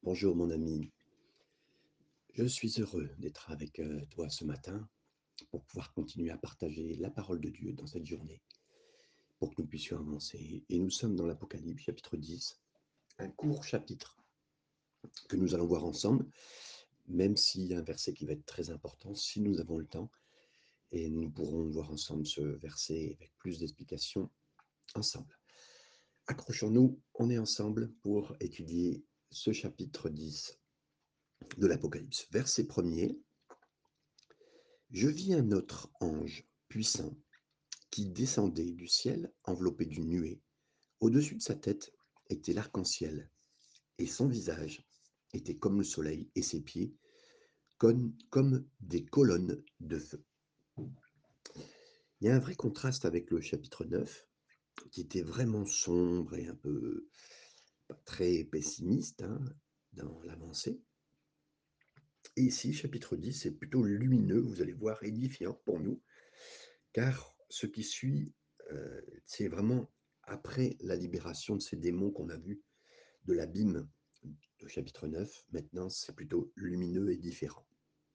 Bonjour mon ami, je suis heureux d'être avec toi ce matin pour pouvoir continuer à partager la parole de Dieu dans cette journée, pour que nous puissions avancer. Et nous sommes dans l'Apocalypse chapitre 10, un court chapitre que nous allons voir ensemble, même s'il y a un verset qui va être très important, si nous avons le temps, et nous pourrons voir ensemble ce verset avec plus d'explications ensemble. Accrochons-nous, on est ensemble pour étudier ce chapitre 10 de l'Apocalypse. Verset premier. Je vis un autre ange puissant qui descendait du ciel enveloppé d'une nuée. Au-dessus de sa tête était l'arc-en-ciel, et son visage était comme le soleil, et ses pieds comme des colonnes de feu. Il y a un vrai contraste avec le chapitre 9, qui était vraiment sombre et un peu pas très pessimiste dans l'avancée. Et ici, chapitre 10, c'est plutôt lumineux, vous allez voir, édifiant pour nous, car ce qui suit, c'est vraiment après la libération de ces démons qu'on a vus de l'abîme de chapitre 9. Maintenant, c'est plutôt lumineux et différent.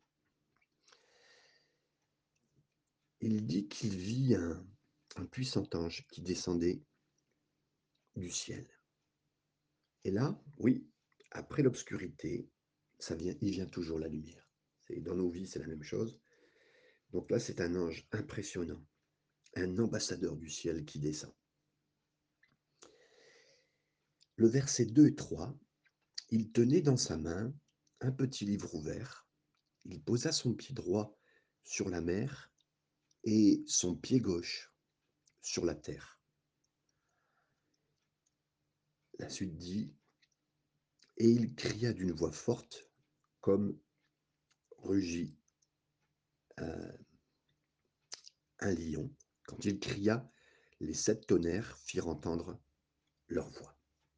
Il dit qu'il vit un puissant ange qui descendait du ciel. Et là, oui, après l'obscurité, il vient toujours la lumière. Dans nos vies, c'est la même chose. Donc là, c'est un ange impressionnant, un ambassadeur du ciel qui descend. Le verset 2 et 3, il tenait dans sa main un petit livre ouvert. Il posa son pied droit sur la mer et son pied gauche sur la terre. La suite dit, et il cria d'une voix forte, comme rugit un lion. Quand il cria, les 7 tonnerres firent entendre leur voix.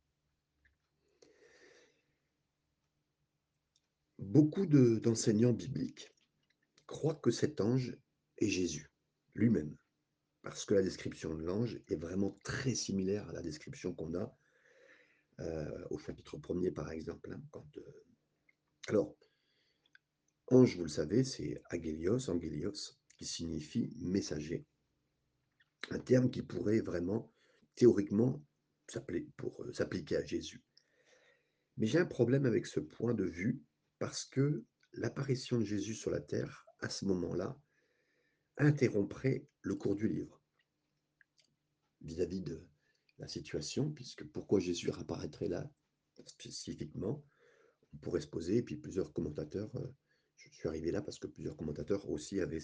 Beaucoup d'enseignants bibliques croient que cet ange est Jésus lui-même, parce que la description de l'ange est vraiment très similaire à la description qu'on a au chapitre 1er, par exemple. Alors, ange, vous le savez, c'est angélios, qui signifie messager. Un terme qui pourrait vraiment, théoriquement, s'appliquer à Jésus. Mais j'ai un problème avec ce point de vue parce que l'apparition de Jésus sur la terre, à ce moment-là, interromprait le cours du livre vis-à-vis de la situation, puisque pourquoi Jésus apparaîtrait là spécifiquement, on pourrait se poser, et puis plusieurs commentateurs, je suis arrivé là parce que plusieurs commentateurs aussi avaient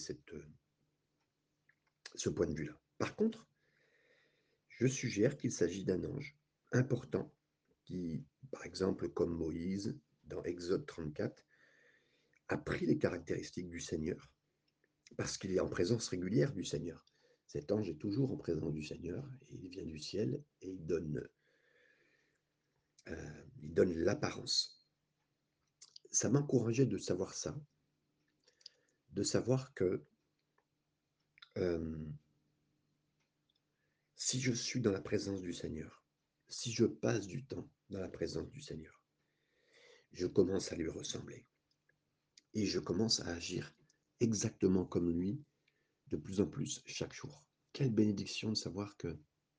ce point de vue-là. Par contre, je suggère qu'il s'agit d'un ange important qui, par exemple, comme Moïse, dans Exode 34, a pris les caractéristiques du Seigneur, parce qu'il est en présence régulière du Seigneur. Cet ange est toujours en présence du Seigneur, et il vient du ciel, et il donne l'apparence. Ça m'encourageait de savoir ça, de savoir que euh, si je suis dans la présence du Seigneur, si je passe du temps dans la présence du Seigneur, je commence à lui ressembler. Et je commence à agir exactement comme lui, de plus en plus chaque jour. Quelle bénédiction de savoir que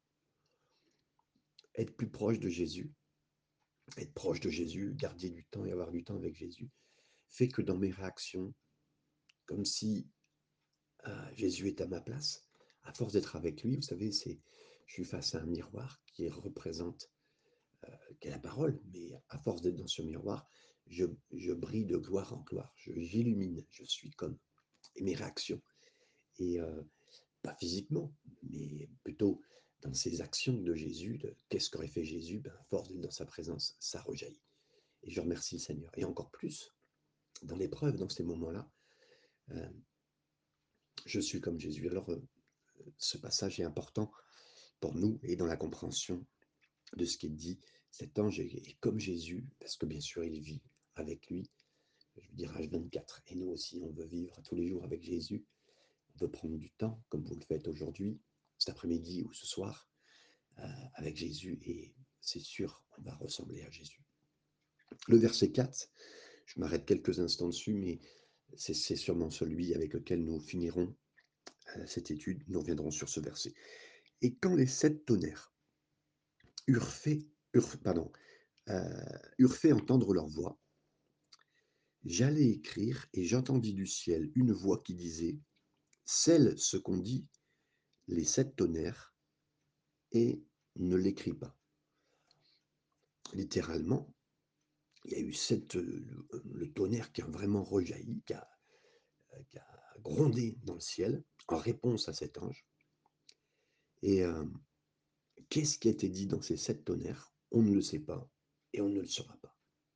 être plus proche de Jésus, être proche de Jésus, garder du temps et avoir du temps avec Jésus, fait que dans mes réactions, comme si Jésus est à ma place, à force d'être avec lui, vous savez, je suis face à un miroir qui représente, qui est la parole, mais à force d'être dans ce miroir, je brille de gloire en gloire, j'illumine, je suis comme, et mes réactions. Et pas physiquement, mais plutôt dans ces actions de Jésus, qu'est-ce qu'aurait fait Jésus? À force d'être dans sa présence, ça rejaillit. Et je remercie le Seigneur. Et encore plus, dans l'épreuve, dans ces moments-là, euh, je suis comme Jésus. Alors, ce passage est important pour nous et dans la compréhension de ce qui est dit. Cet ange est comme Jésus, parce que bien sûr, il vit avec lui, je veux dire, H24. Et nous aussi, on veut vivre tous les jours avec Jésus. On veut prendre du temps, comme vous le faites aujourd'hui, cet après-midi ou ce soir, avec Jésus, et c'est sûr, on va ressembler à Jésus. Le verset 4, je m'arrête quelques instants dessus, mais c'est sûrement celui avec lequel nous finirons cette étude. Nous reviendrons sur ce verset. Et quand les 7 tonnerres eurent fait, pardon, eurent fait entendre leur voix, j'allais écrire et j'entendis du ciel une voix qui disait: scelle ce qu'ont dit les 7 tonnerres et ne l'écris pas. Littéralement, il y a eu le tonnerre qui a vraiment rejailli, qui a grondé dans le ciel en réponse à cet ange. Et qu'est-ce qui a été dit dans ces 7 tonnerres? On ne le sait pas et on ne le saura pas.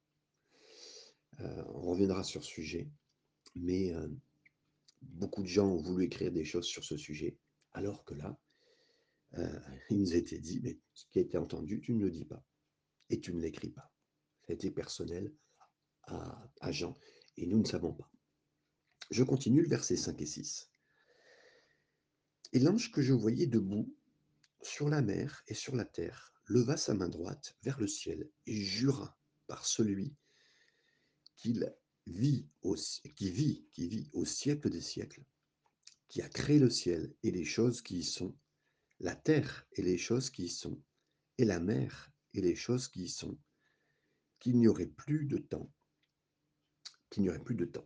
On reviendra sur ce sujet, mais beaucoup de gens ont voulu écrire des choses sur ce sujet, alors que là, il nous a été dit, mais ce qui a été entendu, tu ne le dis pas et tu ne l'écris pas. Ça a été personnel à Jean et nous ne savons pas. Je continue le verset 5 et 6. Et l'ange que je voyais debout sur la mer et sur la terre leva sa main droite vers le ciel et jura par celui qu'il qui vit au siècle des siècles, qui a créé le ciel et les choses qui y sont, la terre et les choses qui y sont, et la mer et les choses qui y sont, qu'il n'y aurait plus de temps, qu'il n'y aurait plus de temps.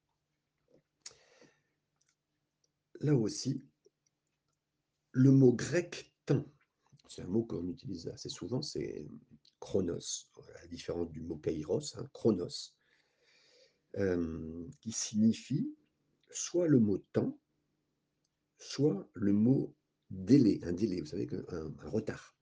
Là aussi, le mot grec temps, c'est un mot qu'on utilise assez souvent, c'est chronos, à la différence du mot kairos, hein, chronos, qui signifie soit le mot temps, soit le mot délai, un délai, vous savez, un retard.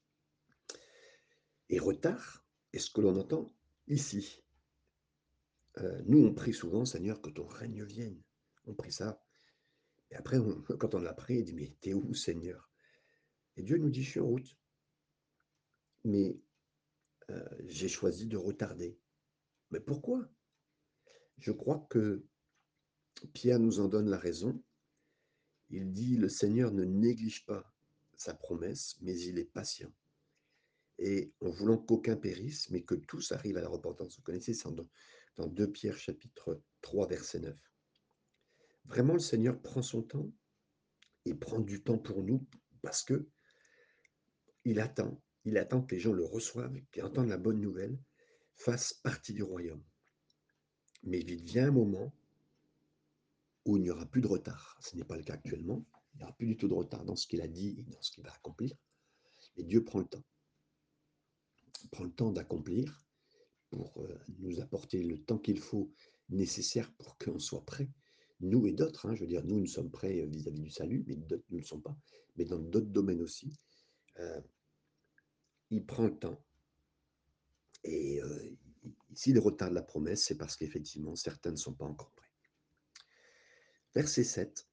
Et retard est ce que l'on entend ici. Nous, on prie souvent, Seigneur, que ton règne vienne. On prie ça. Et après, quand on l'a pris, il dit, mais t'es où, Seigneur? Et Dieu nous dit, je suis en route. Mais j'ai choisi de retarder. Mais pourquoi? Je crois que Pierre nous en donne la raison. Il dit, le Seigneur ne néglige pas sa promesse, mais il est patient. Et en voulant qu'aucun périsse, mais que tous arrivent à la repentance. Vous connaissez, c'est dans 2 Pierre chapitre 3, verset 9. Vraiment, le Seigneur prend son temps et prend du temps pour nous parce que il attend que les gens le reçoivent, qu'ils entendent la bonne nouvelle, fassent partie du royaume. Mais il vient un moment où il n'y aura plus de retard. Ce n'est pas le cas actuellement. Il n'y aura plus du tout de retard dans ce qu'il a dit et dans ce qu'il va accomplir. Et Dieu prend le temps. Il prend le temps d'accomplir pour nous apporter le temps qu'il faut nécessaire pour qu'on soit prêt. Nous et d'autres, hein, je veux dire, nous sommes prêts vis-à-vis du salut, mais d'autres ne le sont pas. Mais dans d'autres domaines aussi, euh, il prend le temps. Et s'il retarde la promesse, c'est parce qu'effectivement, certains ne sont pas encore prêts. Verset 7.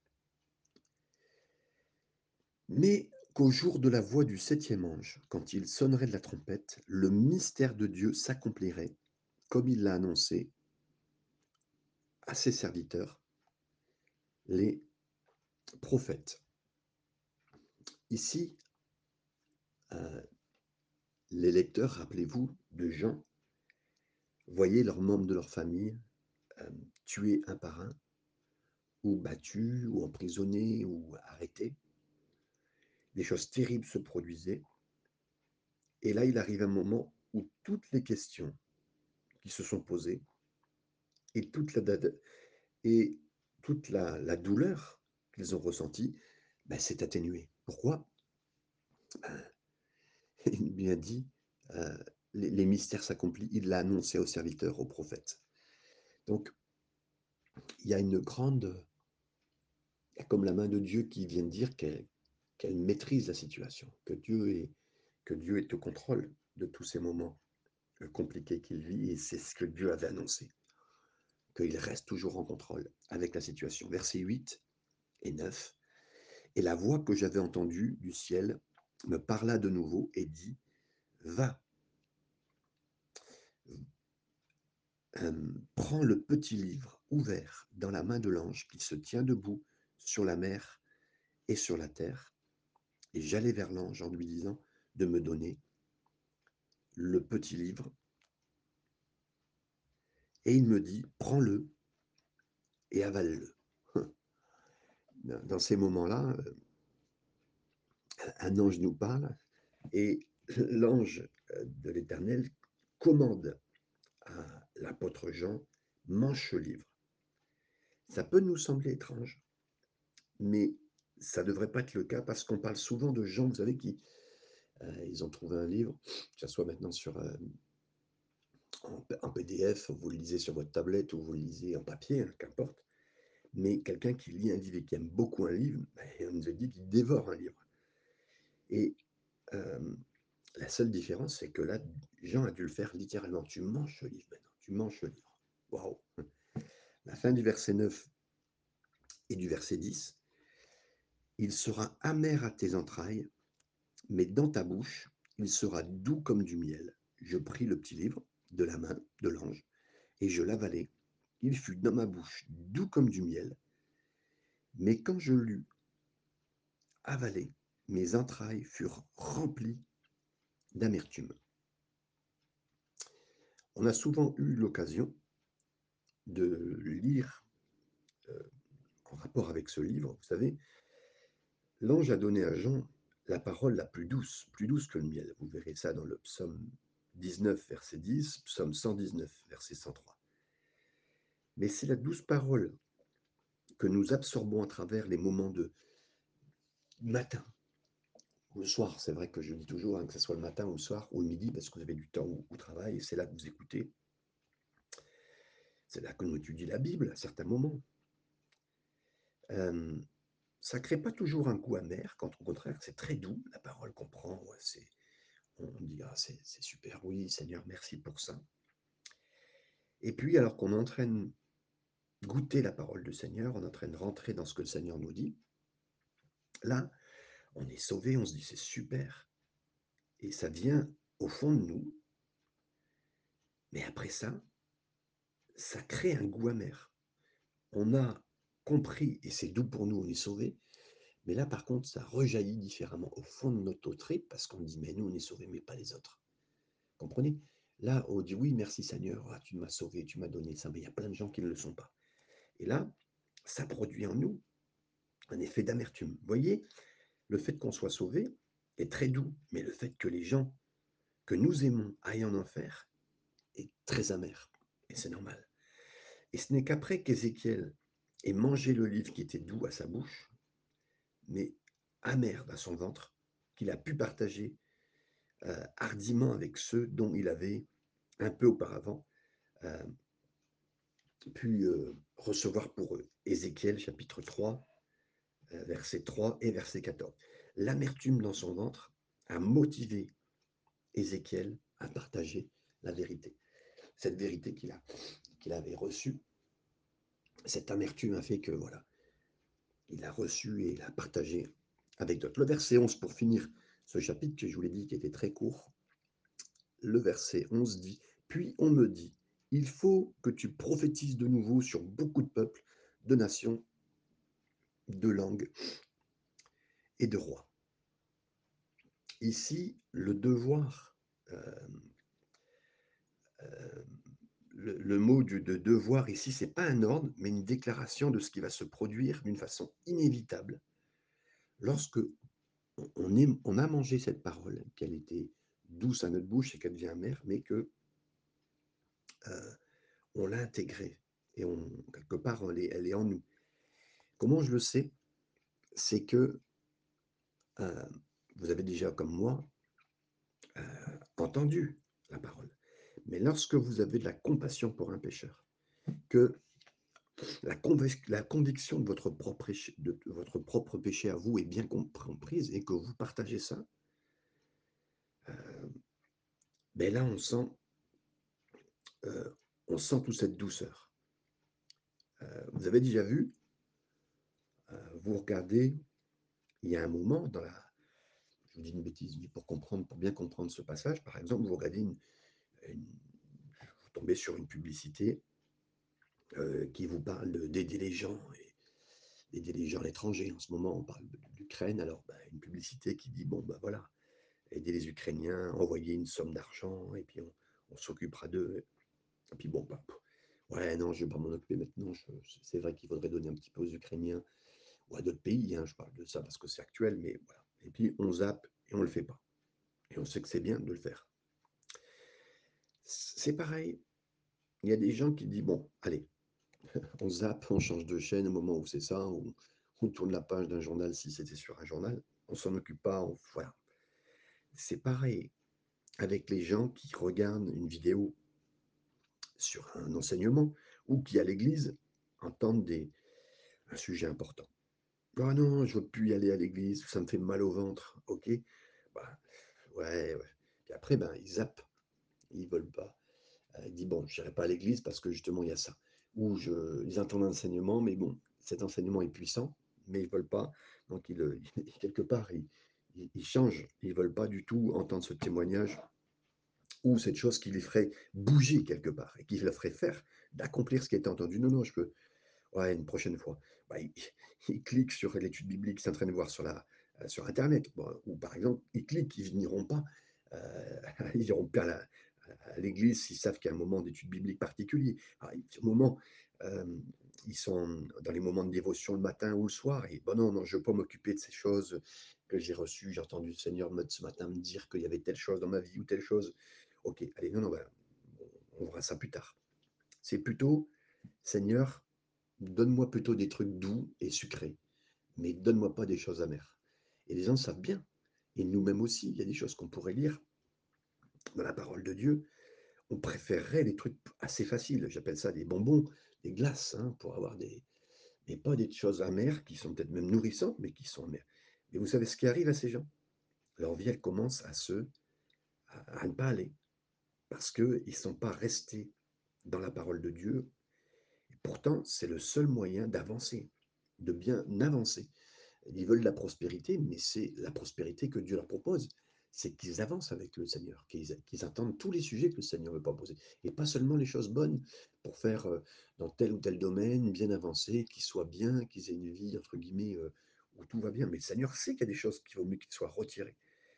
Mais qu'au jour de la voix du 7e ange, quand il sonnerait de la trompette, le mystère de Dieu s'accomplirait, comme il l'a annoncé à ses serviteurs, les prophètes. Ici, les lecteurs, rappelez-vous de Jean, voyaient leurs membres de leur famille tués un par un, ou battus, ou emprisonnés, ou arrêtés. Des choses terribles se produisaient. Et là, il arrive un moment où toutes les questions qui se sont posées et et toute la douleur qu'ils ont ressentie s'est atténuée. Pourquoi? Ben, il bien dit, euh, les mystères s'accomplissent, il l'a annoncé aux serviteurs, aux prophètes. Donc, il y a comme la main de Dieu qui vient de dire qu'elle maîtrise la situation, que Dieu est au contrôle de tous ces moments compliqués qu'il vit, et c'est ce que Dieu avait annoncé, qu'il reste toujours en contrôle avec la situation. Versets 8 et 9. Et la voix que j'avais entendue du ciel me parla de nouveau et dit, va, prends le petit livre ouvert dans la main de l'ange qui se tient debout sur la mer et sur la terre. Et j'allai vers l'ange en lui disant de me donner le petit livre. et il me dit: «Prends-le et avale-le». Dans ces moments-là, un ange nous parle et l'ange, de l'Éternel commande à l'apôtre Jean: «Mange ce livre». Ça peut nous sembler étrange, mais ça ne devrait pas être le cas parce qu'on parle souvent de gens, vous savez, qui, ils ont trouvé un livre, que ça soit maintenant sur, en PDF, vous le lisez sur votre tablette ou vous le lisez en papier, hein, qu'importe, mais quelqu'un qui lit un livre et qui aime beaucoup un livre, beh, on nous a dit qu'il dévore un livre et hem, la seule différence, c'est que là, Jean a dû le faire littéralement. Tu manges ce livre maintenant, tu manges ce livre. Waouh! La fin du verset 9 et du verset 10: «Il sera amer à tes entrailles, mais dans ta bouche, il sera doux comme du miel. Je pris le petit livre de la main de l'ange et je l'avalai. Il fut dans ma bouche doux comme du miel, mais quand je l'eus avalé, mes entrailles furent remplies d'amertume.» On a souvent eu l'occasion de lire, en rapport avec ce livre, vous savez, l'ange a donné à Jean la parole la plus douce que le miel. Vous verrez ça dans le psaume 19, verset 10, psaume 119, verset 103. Mais c'est la douce parole que nous absorbons à travers les moments de matin ou le soir. C'est vrai que je dis toujours, hein, que ce soit le matin ou le soir ou le midi, parce que vous avez du temps au travail, et c'est là que vous écoutez. C'est là que nous étudions la Bible à certains moments. Euh, Ça ne crée pas toujours un goût amer, quand au contraire, c'est très doux, la parole qu'on prend. Ouais, on dit, ah, c'est super, oui, Seigneur, merci pour ça. Et puis, alors qu'on est en train de goûter la parole du Seigneur, on est en train de rentrer dans ce que le Seigneur nous dit, là, on est sauvé, on se dit, c'est super. Et ça vient au fond de nous, mais après ça crée un goût amer. On a compris, et c'est doux pour nous, on est sauvé, mais là, par contre, ça rejaillit différemment au fond de notre trip, parce qu'on dit, mais nous, on est sauvés, mais pas les autres. Comprenez? Là, on dit, oui, merci Seigneur, ah, tu m'as sauvé, tu m'as donné ça, mais il y a plein de gens qui ne le sont pas. Et là, ça produit en nous un effet d'amertume. Vous voyez, le fait qu'on soit sauvé est très doux, mais le fait que les gens que nous aimons aillent en enfer est très amer. Et c'est normal. Et ce n'est qu'après qu'Ézéchiel ait mangé le livre qui était doux à sa bouche, mais amer dans son ventre, qu'il a pu partager hardiment avec ceux dont il avait un peu auparavant euh, pu recevoir pour eux. Ézéchiel chapitre 3, verset 3 et verset 14. L'amertume dans son ventre a motivé Ézéchiel à partager la vérité. Cette vérité qu'il avait reçue, cette amertume a fait que voilà, il a reçu et il a partagé avec d'autres. Le verset 11, pour finir ce chapitre que je vous l'ai dit qui était très court, le verset 11 dit: «Puis on me dit, il faut que tu prophétises de nouveau sur beaucoup de peuples, de nations, de langues et de rois.» Ici, le devoir, euh, euh, le mot de devoir ici, c'est pas un ordre, mais une déclaration de ce qui va se produire d'une façon inévitable lorsque on a mangé cette parole, qu'elle était douce à notre bouche et qu'elle devient amère, mais que on l'a intégrée et quelque part, elle est en nous. Comment je le sais? C'est que euh, vous avez déjà, comme moi, entendu la parole. Mais lorsque vous avez de la compassion pour un pécheur, que la conviction de votre propre péché à vous est bien comprise et que vous partagez ça, ben là, euh, on sent toute cette douceur. Vous avez déjà vu, vous regardez, il y a un moment dans la... Je vous dis une bêtise, mais pour bien comprendre ce passage, par exemple, vous regardez vous tombez sur une publicité qui vous parle d'aider les gens, et aider les gens à l'étranger. En ce moment, on parle d'Ukraine, alors ben, une publicité qui dit, bon, ben voilà, aider les Ukrainiens, envoyer une somme d'argent, et puis on s'occupera d'eux. Et puis bon, bah, Ouais, non, je vais pas m'en occuper maintenant. C'est vrai qu'il faudrait donner un petit peu aux Ukrainiens ou à d'autres pays, hein. Je parle de ça parce que c'est actuel, mais voilà. Et puis on zappe et on le fait pas. Et on sait que c'est bien de le faire. C'est pareil, il y a des gens qui disent: «Bon, allez, on zappe, on change de chaîne au moment où c'est ça, on tourne la page d'un journal si c'était sur un journal, on s'en occupe pas, on voilà». C'est pareil avec les gens qui regardent une vidéo sur un enseignement ou qui, à l'église, entendent un sujet important. «Ah non, je veux plus y aller à l'église, ça me fait mal au ventre». OK, bah, ouais, ouais. Puis après, ben, ils zappent, ils veulent pas. Il dit: «Bon, j'irai pas à l'église parce que justement il y a ça». Ou ils entendent l'enseignement, mais bon, cet enseignement est puissant, mais ils veulent pas. Donc quelque part, ils changent. Ils veulent pas du tout entendre ce témoignage ou cette chose qui les ferait bouger quelque part et qui leur ferait faire d'accomplir ce qui a été entendu. «Non, non, je peux ouais, une prochaine fois». Bah, ils cliquent sur l'étude biblique qu'ils sont en train de voir sur internet. Bon, ou par exemple, ils cliquent, ils n'iront pas, heu, ils iront pas à l'église s'ils savent qu'il y a un moment d'étude biblique particulier. Alors, au moment, ils sont dans les moments de dévotion le matin ou le soir et: «Bah, non, non, je ne veux pas m'occuper de ces choses que j'ai reçues. J'ai entendu le Seigneur ce matin me dire qu'il y avait telle chose dans ma vie ou telle chose». OK, allez, non, non, bah, on verra ça plus tard. C'est plutôt: «Seigneur, donne-moi plutôt des trucs doux et sucrés, mais donne-moi pas des choses amères». Et les gens savent bien, et nous-mêmes aussi, il y a des choses qu'on pourrait lire dans la parole de Dieu. On préférerait des trucs assez faciles. J'appelle ça des bonbons, des glaces, hein, pour avoir mais pas des choses amères qui sont peut-être même nourrissantes, mais qui sont amères. Mais vous savez ce qui arrive à ces gens? Leur vie, elle commence à ne pas aller parce qu'ils ne sont pas restés dans la parole de Dieu. Et pourtant, c'est le seul moyen d'avancer, de bien avancer. Ils veulent la prospérité, mais c'est la prospérité que Dieu leur propose. C'est qu'ils avancent avec le Seigneur, qu'ils entendent tous les sujets que le Seigneur veut proposer. Et pas seulement les choses bonnes pour faire dans tel ou tel domaine, bien avancer, qu'ils soient bien, qu'ils aient une vie, entre guillemets, où tout va bien. Mais le Seigneur sait qu'il y a des choses qu'il vaut mieux qu'ils soient retirées.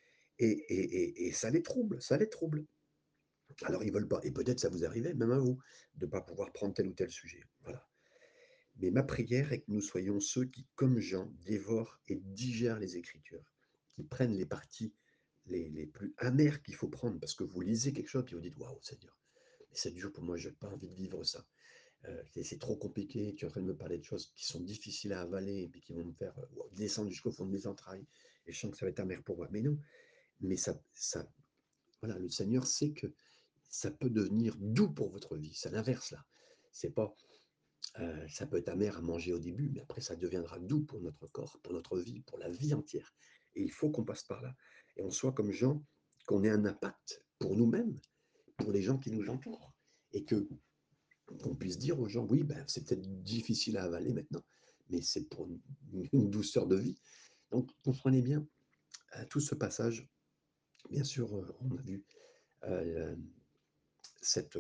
Et ça les trouble, ça les trouble. Alors ils veulent pas. Et peut-être ça vous arrivait, même à vous, de ne pas pouvoir prendre tel ou tel sujet. Voilà. Mais ma prière est que nous soyons ceux qui, comme Jean, dévorent et digèrent les Écritures, qui prennent les parties les plus amères qu'il faut prendre, parce que vous lisez quelque chose, puis vous dites: «Waouh, Seigneur, mais c'est dur pour moi, j'ai pas envie de vivre ça. C'est trop compliqué, tu es en train de me parler de choses qui sont difficiles à avaler et puis qui vont me faire, descendre jusqu'au fond de mes entrailles et je sens que ça va être amer pour moi». Mais non, mais ça voilà, le Seigneur sait que ça peut devenir doux pour votre vie. C'est l'inverse là. C'est pas ça peut être amer à manger au début, mais après ça deviendra doux pour notre corps, pour notre vie, pour la vie entière. Et il faut qu'on passe par là. Et on soit comme Jean, qu'on ait un impact pour nous-mêmes, pour les gens qui nous entourent. Et qu'on puisse dire aux gens, oui, ben, c'est peut-être difficile à avaler maintenant, mais c'est pour une douceur de vie. Donc comprenez bien tout ce passage. Bien sûr, on a vu euh, cette,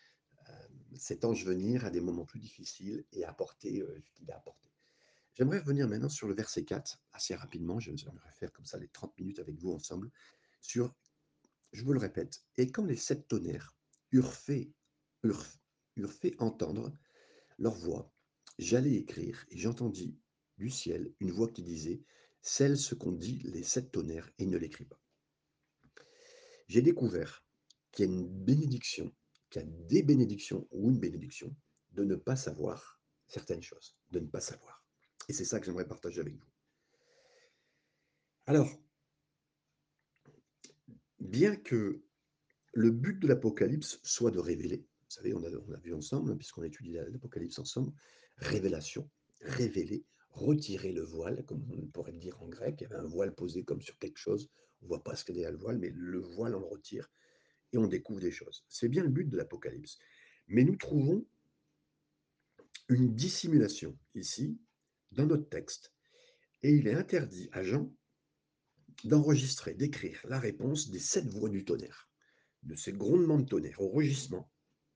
cet ange venir à des moments plus difficiles et apporter ce qu'il a apporté. J'aimerais revenir maintenant sur le verset 4, assez rapidement. J'aimerais faire comme ça les 30 minutes avec vous ensemble. Sur, je vous le répète, et quand les sept tonnerres eurent fait, eurent, eurent fait entendre leur voix, j'allais écrire et j'entendis du ciel une voix qui disait: Scelle ce qu'ont dit les sept tonnerres et ne l'écris pas. J'ai découvert qu'il y a une bénédiction, qu'il y a des bénédictions ou une bénédiction de ne pas savoir certaines choses, de ne pas savoir. Et c'est ça que j'aimerais partager avec vous. Alors, bien que le but de l'Apocalypse soit de révéler, vous savez, on a vu ensemble, hein, puisqu'on a étudié l'Apocalypse ensemble, révélation, révéler, retirer le voile, comme on pourrait le dire en grec, il y avait un voile posé comme sur quelque chose, on ne voit pas ce qu'il y a le voile, mais le voile, on le retire et on découvre des choses. C'est bien le but de l'Apocalypse. Mais nous trouvons une dissimulation ici, dans notre texte, et il est interdit à Jean d'enregistrer, d'écrire la réponse des sept voix du tonnerre, de ces grondements de tonnerre, au rugissement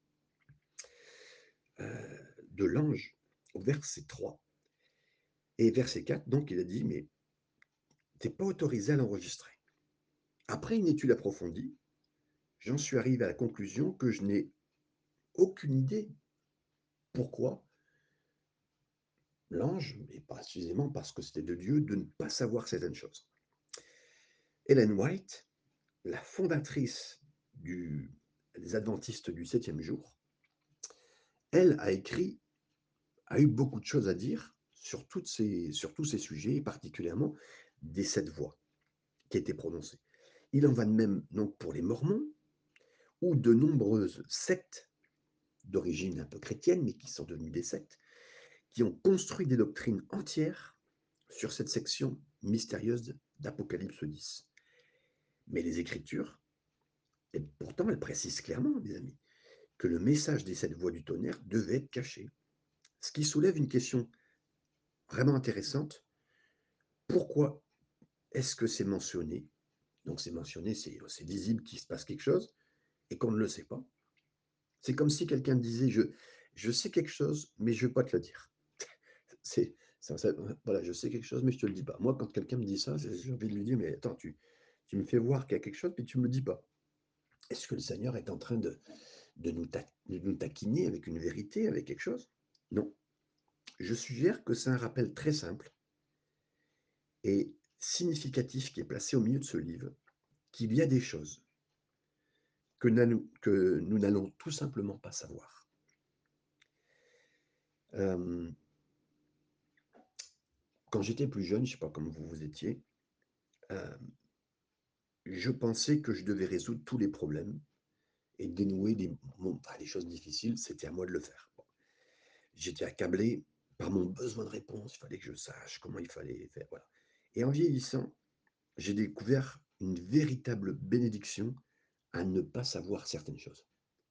de l'ange au verset 3. Et verset 4, donc il a dit, mais tu n'es pas autorisé à l'enregistrer. Après une étude approfondie, j'en suis arrivé à la conclusion que je n'ai aucune idée Pourquoi l'ange, et précisément parce que c'était de Dieu, de ne pas savoir certaines choses? Ellen White, la fondatrice du des adventistes du 7e jour, elle a eu beaucoup de choses à dire sur tous ces sujets et particulièrement des 7 voix qui étaient prononcées. Il en va de même donc pour les mormons ou de nombreuses sectes d'origine un peu chrétienne, mais qui sont devenues des sectes, qui ont construit des doctrines entières sur cette section mystérieuse d'Apocalypse 10. Mais les Écritures, et pourtant elles précisent clairement, mes amis, que le message des 7 voix du tonnerre devait être caché. Ce qui soulève une question vraiment intéressante. Pourquoi est-ce que c'est mentionné? Donc c'est mentionné, c'est visible qu'il se passe quelque chose et qu'on ne le sait pas. C'est comme si quelqu'un disait: je sais quelque chose, mais je ne veux pas te le dire. C'est voilà, je sais quelque chose, mais je ne te le dis pas. Moi, quand quelqu'un me dit ça, j'ai envie de lui dire: mais attends, tu me fais voir qu'il y a quelque chose, mais tu ne me le dis pas. Est-ce que le Seigneur est en train de nous taquiner avec une vérité, avec quelque chose? Non. Je suggère que c'est un rappel très simple et significatif qui est placé au milieu de ce livre, qu'il y a des choses que nous n'allons tout simplement pas savoir. Euh, Quand j'étais plus jeune, je ne sais pas comme vous étiez, euh, je pensais que je devais résoudre tous les problèmes et dénouer les choses difficiles, c'était à moi de le faire. Bon. J'étais accablé par mon besoin de réponse, il fallait que je sache comment il fallait faire. Voilà. Et en vieillissant, j'ai découvert une véritable bénédiction à ne pas savoir certaines choses.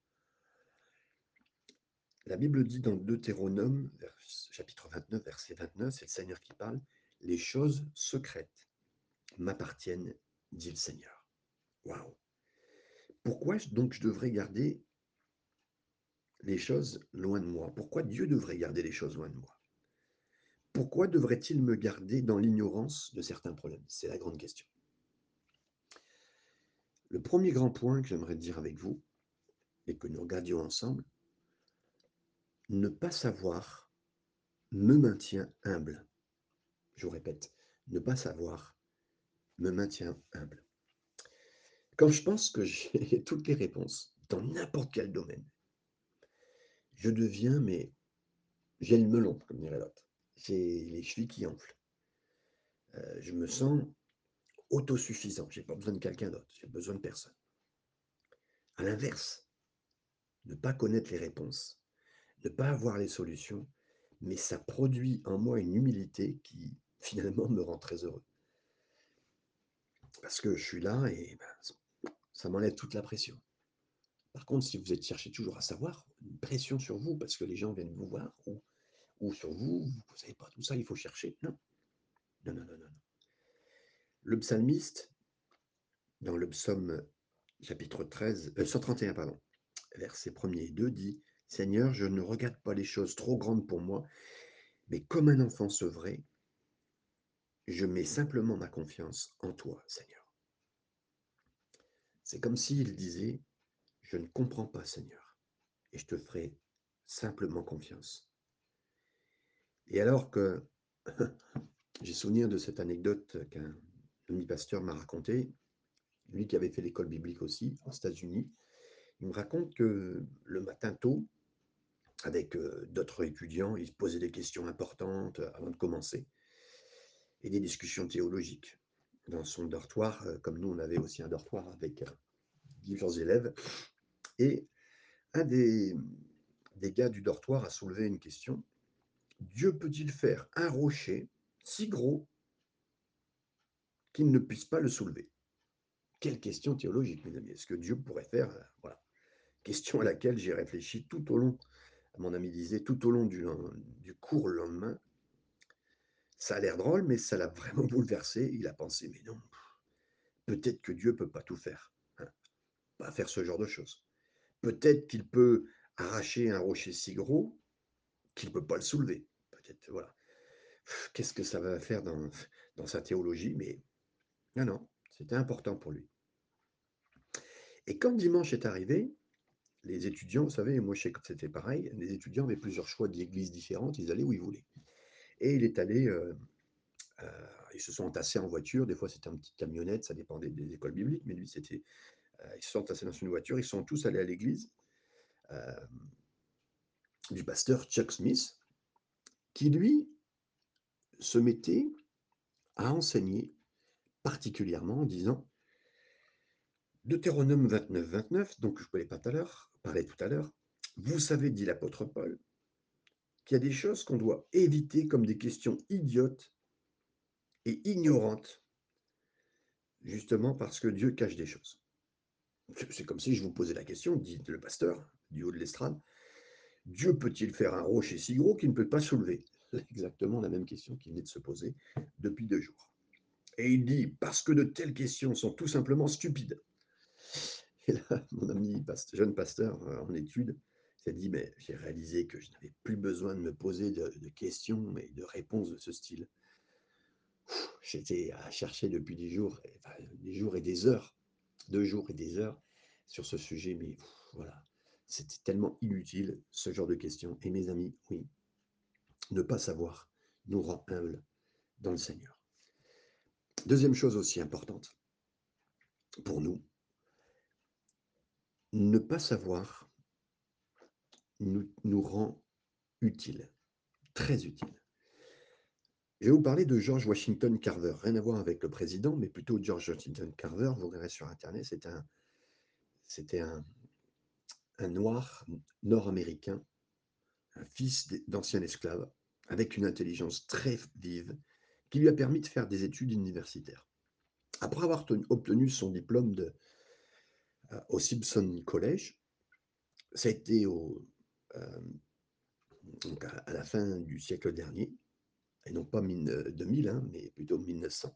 La Bible dit dans Deutéronome, chapitre 29, verset 29, c'est le Seigneur qui parle, les choses secrètes m'appartiennent, dit le Seigneur. Waouh! Pourquoi donc je devrais garder les choses loin de moi? Pourquoi Dieu devrait garder les choses loin de moi? Pourquoi devrait-il me garder dans l'ignorance de certains problèmes? C'est la grande question. Le premier grand point que j'aimerais dire avec vous, et que nous regardions ensemble, ne pas savoir me maintient humble. Je vous répète, ne pas savoir me maintient humble. Quand je pense que j'ai toutes les réponses dans n'importe quel domaine, je deviens, mais j'ai le melon, comme dirait l'autre. J'ai les chevilles qui enflent. Je me sens autosuffisant. J'ai pas besoin de quelqu'un d'autre. J'ai besoin de personne. À l'inverse, ne pas connaître les réponses, ne pas avoir les solutions, mais ça produit en moi une humilité qui finalement me rend très heureux. Parce que je suis là et ben, ça m'enlève toute la pression. Par contre, si vous êtes cherché toujours à savoir, une pression sur vous parce que les gens viennent vous voir ou sur vous, vous ne savez pas tout ça, il faut chercher. Non, non, non, non, non. Le psalmiste, dans le psaume chapitre 13, 131, pardon, versets 1er et 2, dit: Seigneur, je ne regarde pas les choses trop grandes pour moi, mais comme un enfant sevré, je mets simplement ma confiance en toi, Seigneur. C'est comme s'il disait: je ne comprends pas, Seigneur, et je te ferai simplement confiance. Et alors que j'ai souvenir de cette anecdote qu'un demi-pasteur m'a racontée, lui qui avait fait l'école biblique aussi, aux États-Unis, il me raconte que le matin tôt, avec d'autres étudiants, il se posait des questions importantes avant de commencer, et des discussions théologiques. Dans son dortoir, comme nous on avait aussi un dortoir avec divers élèves, et un des gars du dortoir a soulevé une question. Dieu peut-il faire un rocher si gros qu'il ne puisse pas le soulever? Quelle question théologique, mes amis. Est-ce que Dieu pourrait faire voilà. Question à laquelle j'ai réfléchi tout au long, mon ami disait, tout au long du cours le lendemain. Ça a l'air drôle, mais ça l'a vraiment bouleversé. Il a pensé, mais non, peut-être que Dieu ne peut pas tout faire. Hein, pas faire ce genre de choses. Peut-être qu'il peut arracher un rocher si gros qu'il ne peut pas le soulever. Peut-être, voilà. Qu'est-ce que ça va faire dans sa théologie? Mais non, c'était important pour lui. Et quand dimanche est arrivé, les étudiants, vous savez, moi je sais que c'était pareil, les étudiants avaient plusieurs choix d'églises différentes, ils allaient où ils voulaient. Et il est allé, heu, ils se sont entassés en voiture, des fois c'était en petite camionnette, ça dépendait des écoles bibliques, mais lui c'était, ils se sont entassés dans une voiture, ils sont tous allés à l'église, hem, du pasteur Chuck Smith, qui lui se mettait à enseigner particulièrement en disant: Deutéronome 29, donc je ne parlais tout à l'heure: «Vous savez, dit l'apôtre Paul, qu'il y a des choses qu'on doit éviter comme des questions idiotes et ignorantes, justement parce que Dieu cache des choses.» C'est comme si je vous posais la question, dit le pasteur, du haut de l'estrade: «Dieu peut-il faire un rocher si gros qu'il ne peut pas soulever?» Exactement la même question qu'il venait de se poser depuis 2 jours. Et il dit: «Parce que de telles questions sont tout simplement stupides.» Et là, mon ami jeune pasteur, en études, s'est dit: «Mais j'ai réalisé que je n'avais plus besoin de me poser de questions et de réponses de ce style.» J'étais à chercher depuis des jours, et enfin, des jours et des heures, 2 jours et des heures sur ce sujet, mais voilà, c'était tellement inutile, ce genre de questions. Et mes amis, oui, ne pas savoir nous rend humbles dans le Seigneur. Deuxième chose aussi importante pour nous, ne pas savoir nous rend utiles, très utiles. Je vais vous parler de George Washington Carver, rien à voir avec le président, mais plutôt George Washington Carver. Vous verrez sur internet, c'était un noir nord-américain, un fils d'ancien esclave, avec une intelligence très vive, qui lui a permis de faire des études universitaires. Après avoir obtenu son diplôme au Simpson College, ça a été euh, donc à la fin du siècle dernier, et non pas 2000, hein, mais plutôt 1900.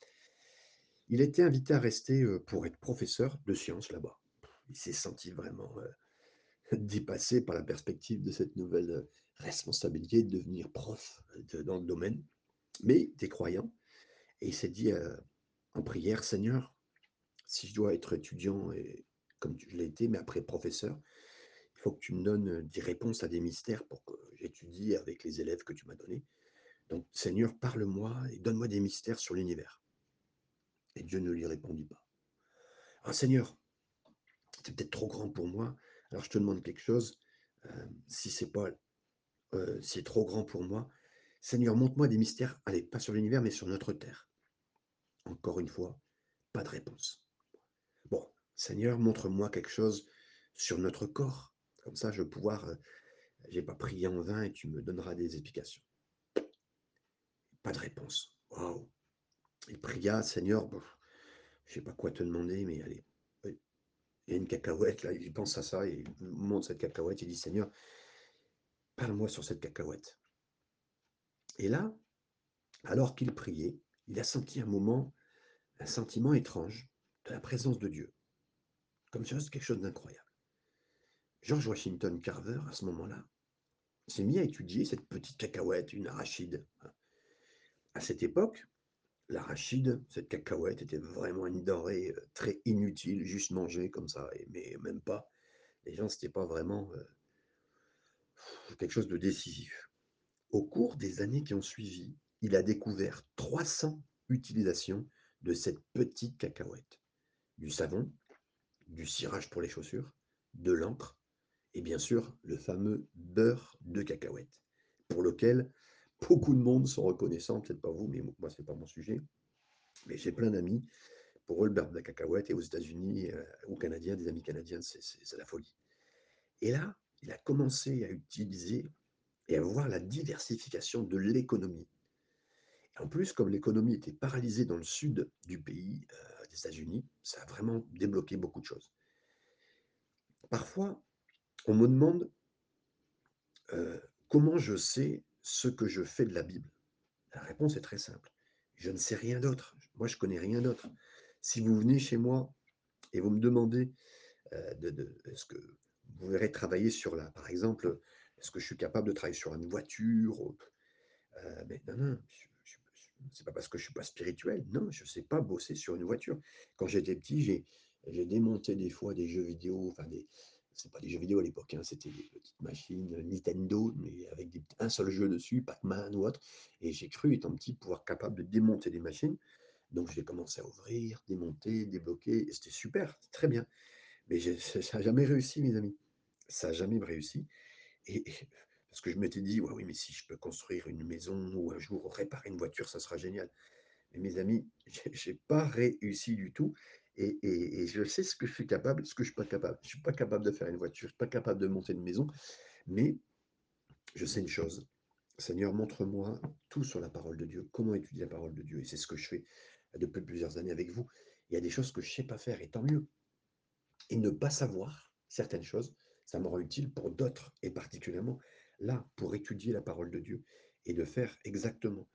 Il a été invité à rester pour être professeur de sciences là-bas. Il s'est senti vraiment dépassé par la perspective de cette nouvelle responsabilité de devenir prof dans le domaine. Mais il était croyant et il s'est dit en prière: Seigneur, si je dois être étudiant, et comme je l'ai été, mais après professeur, il faut que tu me donnes des réponses à des mystères pour que j'étudie avec les élèves que tu m'as donnés. Donc, Seigneur, parle-moi et donne-moi des mystères sur l'univers. Et Dieu ne lui répondit pas. Ah, Seigneur, c'est peut-être trop grand pour moi. Alors, je te demande quelque chose. Si c'est pas, si c'est trop grand pour moi, Seigneur, montre-moi des mystères. Allez, pas sur l'univers, mais sur notre terre. Encore une fois, pas de réponse. Bon, Seigneur, montre-moi quelque chose sur notre corps. Comme ça, je vais pouvoir. J'ai pas prié en vain et tu me donneras des explications. Pas de réponse. Waouh! Il pria: Seigneur, bon, je sais pas quoi te demander, mais allez, il y a une cacahuète, là, il pense à ça, et il montre cette cacahuète, il dit: Seigneur, parle-moi sur cette cacahuète. Et là, alors qu'il priait, il a senti un sentiment étrange de la présence de Dieu, comme si c'était quelque chose d'incroyable. George Washington Carver, à ce moment-là, s'est mis à étudier cette petite cacahuète, une arachide. À cette époque, l'arachide, cette cacahuète, était vraiment une denrée très inutile, juste manger comme ça, mais même pas. Les gens, c'était pas vraiment quelque chose de décisif. Au cours des années qui ont suivi, il a découvert 300 utilisations de cette petite cacahuète. Du savon, du cirage pour les chaussures, de l'encre et bien sûr le fameux beurre de cacahuète, pour lequel beaucoup de monde sont reconnaissants, peut-être pas vous, mais moi c'est pas mon sujet, mais j'ai plein d'amis, pour eux le beurre de la cacahuète, et aux États-Unis ou Canadiens, des amis canadiens, c'est la folie. Et là, il a commencé à utiliser et à voir la diversification de l'économie. En plus, comme l'économie était paralysée dans le sud du pays, des États-Unis, ça a vraiment débloqué beaucoup de choses. Parfois, on me demande comment je sais ce que je fais de la Bible. La réponse est très simple. Je ne sais rien d'autre. Moi, je connais rien d'autre. Si vous venez chez moi et vous me demandez, est-ce que vous verrez travailler sur la, par exemple, est-ce que je suis capable de travailler sur une voiture, mais non, non, c'est pas parce que je suis pas spirituel. Non, je sais pas bosser sur une voiture. Quand j'étais petit, j'ai démonté des fois des jeux vidéo, enfin C'est pas des jeux vidéo à l'époque, hein, c'était des petites machines Nintendo, mais avec un seul jeu dessus, Pac-Man ou autre. Et j'ai cru, étant petit, pouvoir capable de démonter des machines. Donc j'ai commencé à ouvrir, démonter, débloquer, et c'était super, c'était très bien. Mais ça n'a jamais réussi, mes amis. Ça n'a jamais réussi. Et parce que je m'étais dit: «Ouais, oui, mais si je peux construire une maison ou un jour réparer une voiture, ça sera génial». Mais mes amis, j'ai pas réussi du tout et je sais ce que je suis capable, ce que je suis pas capable. Je suis pas capable de faire une voiture, je suis pas capable de monter une maison, mais je sais une chose: «Seigneur, montre-moi tout sur la parole de Dieu, comment étudier la parole de Dieu» et c'est ce que je fais depuis plusieurs années avec vous. Il y a des choses que je sais pas faire et tant mieux et ne pas savoir certaines choses, ça me rend utile pour d'autres et particulièrement là, pour étudier la parole de Dieu et de faire exactement.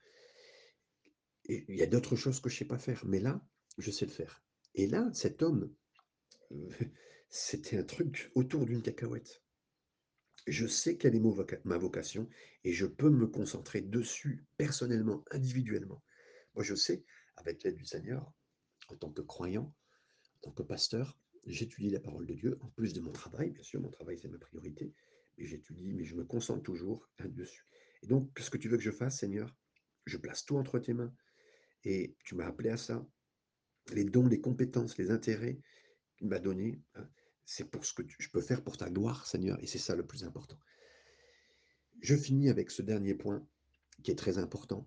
Et il y a d'autres choses que je sais pas faire, mais là, je sais le faire. Et là, cet homme, heu, c'était un truc autour d'une cacahuète. Je sais quelle est ma vocation et je peux me concentrer dessus personnellement, individuellement. Moi, je sais, avec l'aide du Seigneur, en tant que croyant, en tant que pasteur, j'étudie la parole de Dieu, en plus de mon travail, bien sûr, mon travail, c'est ma priorité, mais j'étudie, mais je me concentre toujours là-dessus. Et donc, qu'est-ce que tu veux que je fasse, Seigneur? Je place tout entre tes mains et tu m'as appelé à ça. Les dons, les compétences, les intérêts qu'il m'a donnés, hein, c'est pour ce que je peux faire pour ta gloire, Seigneur, et c'est ça le plus important. Je finis avec ce dernier point qui est très important.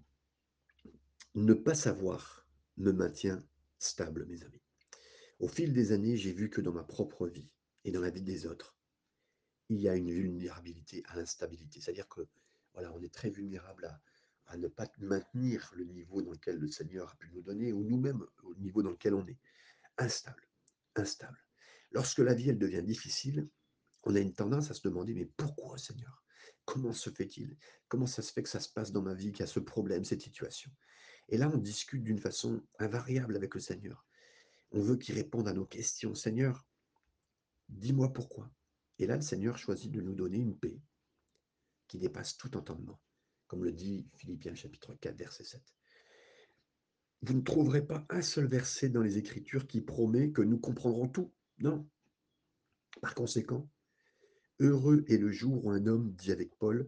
Ne pas savoir me maintient stable, mes amis. Au fil des années, j'ai vu que dans ma propre vie et dans la vie des autres, il y a une vulnérabilité à l'instabilité. C'est-à-dire que voilà, on est très vulnérable à ne pas maintenir le niveau dans lequel le Seigneur a pu nous donner, ou nous-mêmes au niveau dans lequel on est. Instable, instable. Lorsque la vie, elle devient difficile, on a une tendance à se demander, mais pourquoi Seigneur? Comment se fait-il? Comment ça se fait que ça se passe dans ma vie, qu'il y a ce problème, cette situation? Et là, on discute d'une façon invariable avec le Seigneur. On veut qu'il réponde à nos questions. Seigneur, dis-moi pourquoi. Et là, le Seigneur choisit de nous donner une paix qui dépasse tout entendement, comme le dit Philippiens chapitre 4, verset 7. Vous ne trouverez pas un seul verset dans les Écritures qui promet que nous comprendrons tout. Non. Par conséquent, heureux est le jour où un homme dit avec Paul,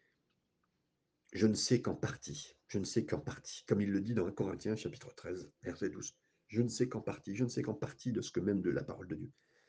je ne sais qu'en partie, je ne sais qu'en partie, comme il le dit dans 1 Corinthiens chapitre 13, verset 12. Je ne sais qu'en partie, je ne sais qu'en partie de ce que même de la parole de Dieu.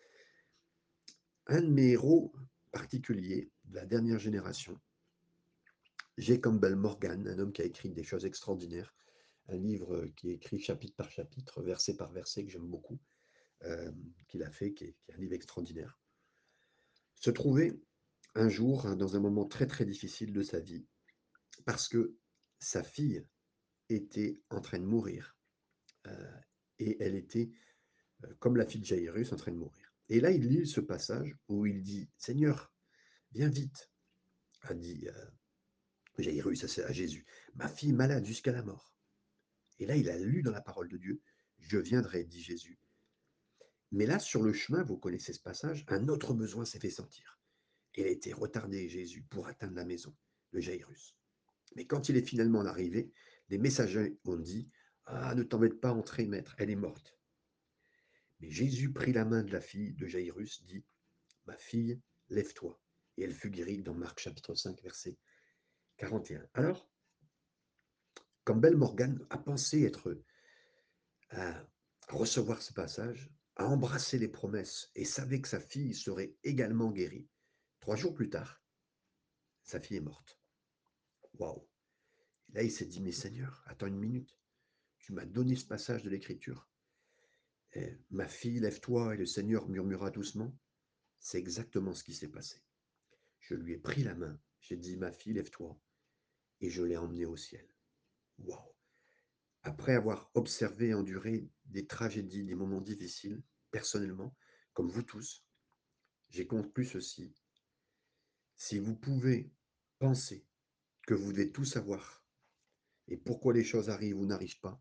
Un de mes héros particuliers de la dernière génération, J. Campbell Morgan, un homme qui a écrit des choses extraordinaires, un livre qui est écrit chapitre par chapitre, verset par verset, que j'aime beaucoup, qu'il a fait, qui est un livre extraordinaire, se trouvait un jour dans un moment très très difficile de sa vie, parce que sa fille était en train de mourir, et elle était, comme la fille de Jairus, en train de mourir. Et là, il lit ce passage où il dit, Seigneur, viens vite, a dit Jairus à Jésus, ma fille est malade jusqu'à la mort. Et là, il a lu dans la parole de Dieu, je viendrai, dit Jésus. Mais là, sur le chemin, vous connaissez ce passage, un autre besoin s'est fait sentir. Il a été retardé, Jésus, pour atteindre la maison de Jairus. Mais quand il est finalement arrivé, les messagers ont dit, ah, ne t'embête pas, entrer, maître, elle est morte. Mais Jésus prit la main de la fille de Jairus, dit, ma fille, lève-toi. Et elle fut guérie dans Marc chapitre 5, verset 41. Alors, Campbell Morgan a pensé être à recevoir ce passage, a embrassé les promesses et savait que sa fille serait également guérie. 3 jours plus tard, sa fille est morte. Waouh! Et là, il s'est dit, mais Seigneur, attends une minute, tu m'as donné ce passage de l'Écriture. Et, ma fille, lève-toi, et le Seigneur murmura doucement. C'est exactement ce qui s'est passé. Je lui ai pris la main, j'ai dit, ma fille, lève-toi, et je l'ai emmenée au ciel. Waouh! Après avoir observé et enduré des tragédies, des moments difficiles, personnellement, comme vous tous, j'ai conclu ceci. Si vous pouvez penser que vous devez tout savoir et pourquoi les choses arrivent ou n'arrivent pas,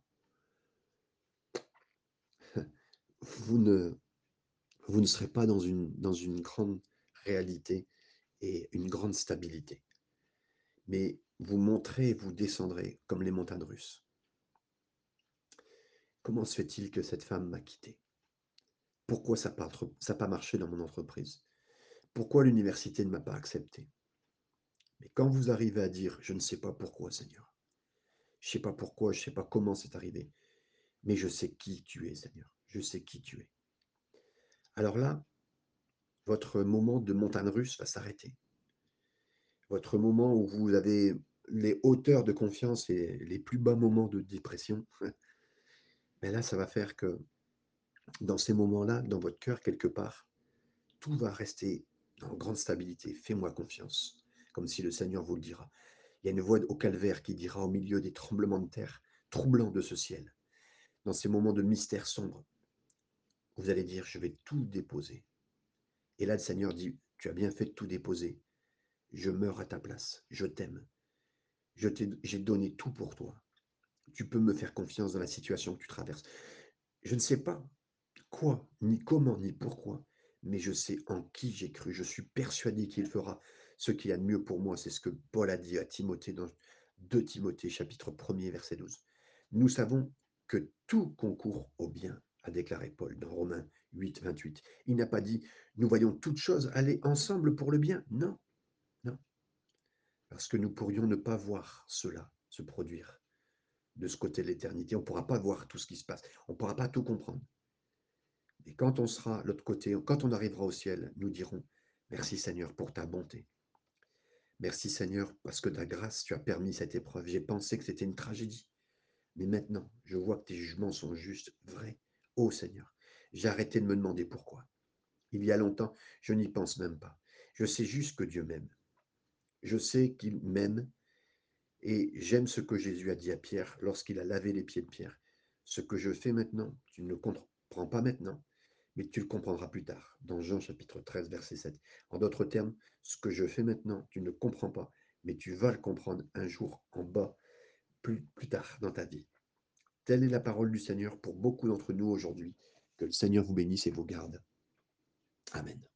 vous ne, vous ne serez pas dans une grande réalité et une grande stabilité. Mais vous monterez et vous descendrez comme les montagnes russes. Comment se fait-il que cette femme m'a quitté? Pourquoi ça n'a pas marché dans mon entreprise? Pourquoi l'université ne m'a pas accepté? Mais quand vous arrivez à dire: «Je ne sais pas pourquoi Seigneur, je ne sais pas pourquoi, je ne sais pas comment c'est arrivé, mais je sais qui tu es Seigneur, je sais qui tu es». Alors là, votre moment de montagne russe va s'arrêter. Votre moment où vous avez les hauteurs de confiance et les plus bas moments de dépression, mais là, ça va faire que dans ces moments-là, dans votre cœur quelque part, tout va rester en grande stabilité. Fais-moi confiance, comme si le Seigneur vous le dira. Il y a une voix au calvaire qui dira au milieu des tremblements de terre troublants de ce ciel, dans ces moments de mystère sombre, vous allez dire, je vais tout déposer. Et là, le Seigneur dit, tu as bien fait de tout déposer. Je meurs à ta place. Je t'aime. J'ai donné tout pour toi. Tu peux me faire confiance dans la situation que tu traverses. Je ne sais pas quoi, ni comment, ni pourquoi, mais je sais en qui j'ai cru. Je suis persuadé qu'il fera ce qu'il y a de mieux pour moi. C'est ce que Paul a dit à Timothée dans 2 Timothée, chapitre 1er, verset 12. Nous savons que tout concourt au bien, a déclaré Paul dans Romains 8, 28. Il n'a pas dit nous voyons toutes choses aller ensemble pour le bien. Non, non, parce que nous pourrions ne pas voir cela se produire de ce côté de l'éternité. On ne pourra pas voir tout ce qui se passe. On ne pourra pas tout comprendre. Et quand on sera de l'autre côté, quand on arrivera au ciel, nous dirons merci Seigneur pour ta bonté. Merci Seigneur parce que ta grâce, tu as permis cette épreuve. J'ai pensé que c'était une tragédie. Mais maintenant, je vois que tes jugements sont justes, vrais. Ô Seigneur, j'ai arrêté de me demander pourquoi. Il y a longtemps, je n'y pense même pas. Je sais juste que Dieu m'aime. Je sais qu'il m'aime et j'aime ce que Jésus a dit à Pierre lorsqu'il a lavé les pieds de Pierre. Ce que je fais maintenant, tu ne le comprends pas maintenant, mais tu le comprendras plus tard, dans Jean chapitre 13, verset 7. En d'autres termes, ce que je fais maintenant, tu ne comprends pas, mais tu vas le comprendre un jour en bas, plus tard dans ta vie. Telle est la parole du Seigneur pour beaucoup d'entre nous aujourd'hui. Que le Seigneur vous bénisse et vous garde. Amen.